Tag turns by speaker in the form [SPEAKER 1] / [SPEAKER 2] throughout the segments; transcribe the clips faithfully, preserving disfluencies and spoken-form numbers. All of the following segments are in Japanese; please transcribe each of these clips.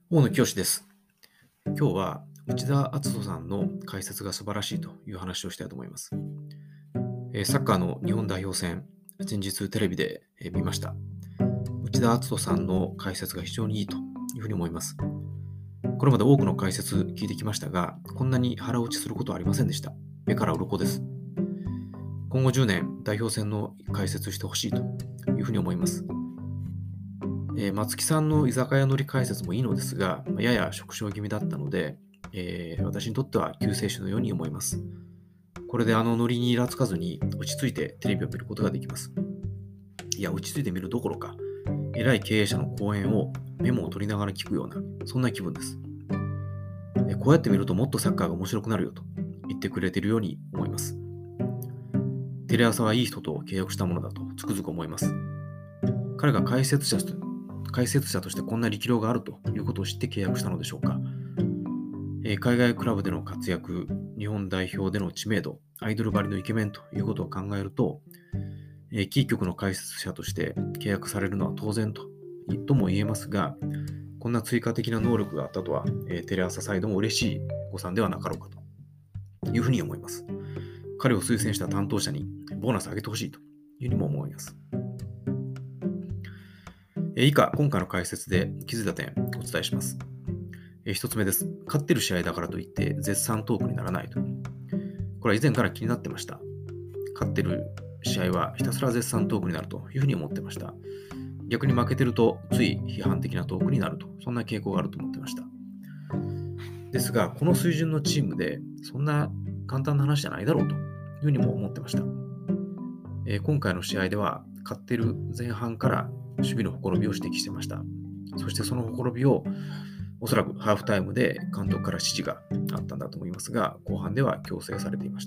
[SPEAKER 1] 大野清です。今日は内田篤人さんの解説が素晴らしいという話をしたいと思います。えーサッカーの日本代表戦、先日テレビでえー見ました。内田篤人さんの解説が非常にいいというふうに思います。これまで多くの解説聞いてきましたが、こんなに腹落ちすることはありませんでした。目から鱗です。今後じゅうねん代表戦の解説してほしいというふうに思います。えー松木さんの居酒屋乗り解説もいいのですが、まあやや縮小気味だったので、えー私にとっては救世主のように思います。これであのノリにイラつかずに落ち着いてテレビを見ることができます。いや、落ち着いて見るどころか、偉い経営者の講演をメモを取りながら聞くような、そんな気分です。えーこうやって見るともっとサッカーが面白くなるよと言ってくれているように思います。テレ朝はいい人と契約したものだとつくづく思います。彼が解説者と解説者としてこんな力量があるということを知って契約したのでしょうか。えー海外クラブでの活躍、日本代表での知名度、アイドルばりのイケメンということを考えると、えーキー局の解説者として契約されるのは当然ととも言えますが、こんな追加的な能力があったとは、えーテレ朝サイドも嬉しい誤算ではなかろうかというふうに思います。彼を推薦した担当者にボーナス上げてほしいというふうにも思います。えー以下、今回の解説で気づいた点をお伝えします。えー一つ目です。勝ってる試合だからといって絶賛トークにならないと。これは以前から気になってました。勝ってる試合はひたすら絶賛トークになるというふうに思ってました。逆に負けてるとつい批判的なトークになると、そんな傾向があると思ってました。ですが、この水準のチームでそんな簡単な話じゃないだろうというふうにも思ってました。えー今回の試合では勝ってる前半から守備のほころびを指摘してました。そしてそのほころびをおそらくハーフタイムで監督から指示があったんだと思いますが、後半では強制されていました。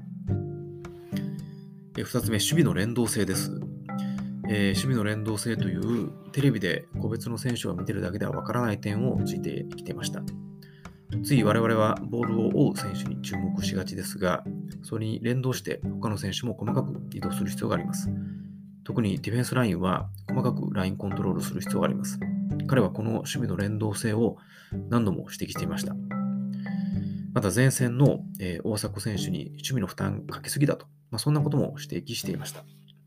[SPEAKER 1] えーふたつめ、守備の連動性です。えー守備の連動性というテレビで個別の選手を見てるだけではわからない点をついてきていました。つい我々はボールを追う選手に注目しがちですが、それに連動して他の選手も細かく移動する必要があります。特にディフェンスラインは細かくラインコントロールする必要があります。彼はこの守備の連動性を何度も指摘していました。また前線の、えー大迫選手に守備の負担かけすぎだと、まあ、そんなことも指摘していました。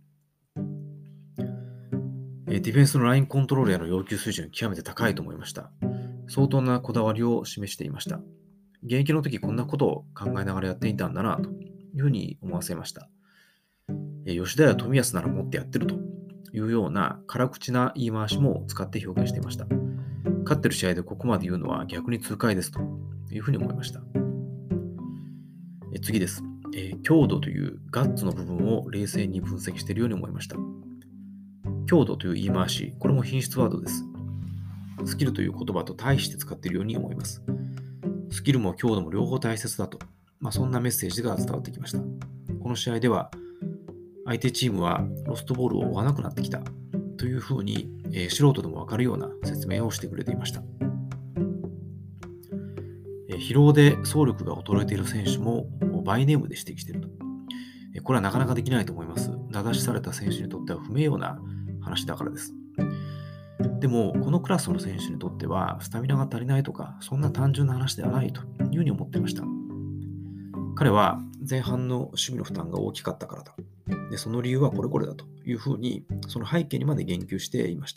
[SPEAKER 1] えーディフェンスのラインコントロールへの要求水準は極めて高いと思いました。相当なこだわりを示していました。現役の時こんなことを考えながらやっていたんだなというふうに思わせました。えー吉田や冨安なら持ってやってるというような辛口な言い回しも使って表現していました。勝ってる試合でここまで言うのは逆に痛快ですというふうに思いました。えー次です、えー強度というガッツの部分を冷静に分析しているように思いました。強度という言い回し、これも品質ワードです。スキルという言葉と対して使っているように思います。スキルも強度も両方大切だと、まあ、そんなメッセージが伝わってきました。この試合では相手チームはロストボールを追わなくなってきたというふうに、えー素人でもわかるような説明をしてくれていました。えー疲労で走力が衰えている選手もバイネームで指摘していると。えーこれはなかなかできないと思います。名指しされた選手にとっては不名誉な話だからです。でも、このクラスの選手にとっては、スタミナが足りないとか、そんな単純な話ではないというふうに思っていました。彼は前半の守備の負担が大きかったからだ。で、その理由はこれこれだというふうに、その背景にまで言及していました。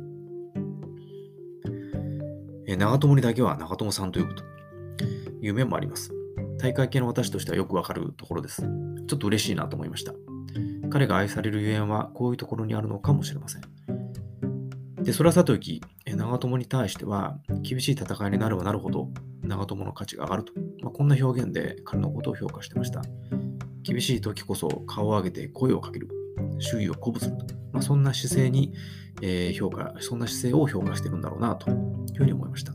[SPEAKER 1] えー長友にだけは長友さんと呼ぶという面もあります。大会系の私としてはよくわかるところです。ちょっと嬉しいなと思いました。彼が愛されるゆえんはこういうところにあるのかもしれません。で、それはさておき、えー長友に対しては厳しい戦いになればなるほど長友の価値が上がると、まあ、こんな表現で彼のことを評価してました。厳しい時こそ顔を上げて声をかける、周囲を鼓舞すると、まあ、そんな姿勢に、えー評価、そんな姿勢を評価してるんだろうなというふうに思いました。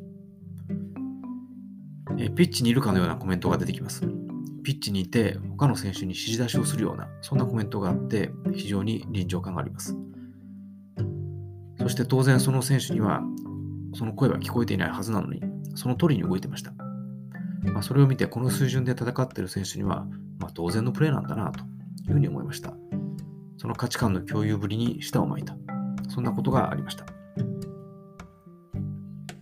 [SPEAKER 1] えーピッチにいるかのようなコメントが出てきます。ピッチにいて他の選手に指示出しをするような、そんなコメントがあって非常に臨場感があります。そして当然その選手にはその声は聞こえていないはずなのに、その通りに動いてました。まあ、それを見てこの水準で戦っている選手には、まあ、当然のプレーなんだなというふうに思いました。その価値観の共有ぶりに舌を巻いた。そんなことがありました。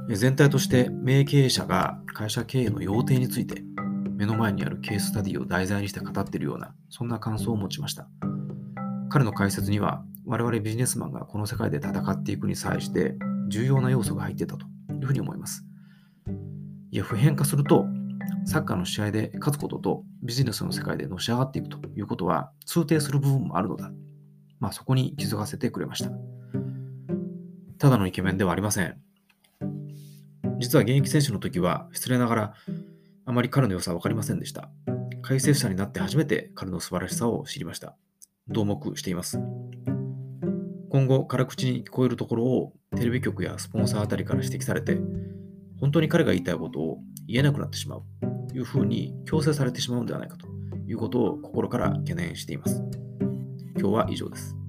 [SPEAKER 1] え全体として名経営者が会社経営の要諦について目の前にあるケーススタディを題材にして語っているような、そんな感想を持ちました。彼の解説には、我々ビジネスマンがこの世界で戦っていくに際して重要な要素が入っていたというふうに思います。いや、普遍化すると、サッカーの試合で勝つこととビジネスの世界でのし上がっていくということは通底する部分もあるのだ。まあ、そこに気づかせてくれました。ただのイケメンではありません。実は現役選手の時は失礼ながらあまり彼の良さは分かりませんでした。解説者になって初めて彼の素晴らしさを知りました。同目しています。今後、辛口に聞こえるところをテレビ局やスポンサーあたりから指摘されて、本当に彼が言いたいことを言えなくなってしまうというふうに強制されてしまうのではないかということを心から懸念しています。今日は以上です。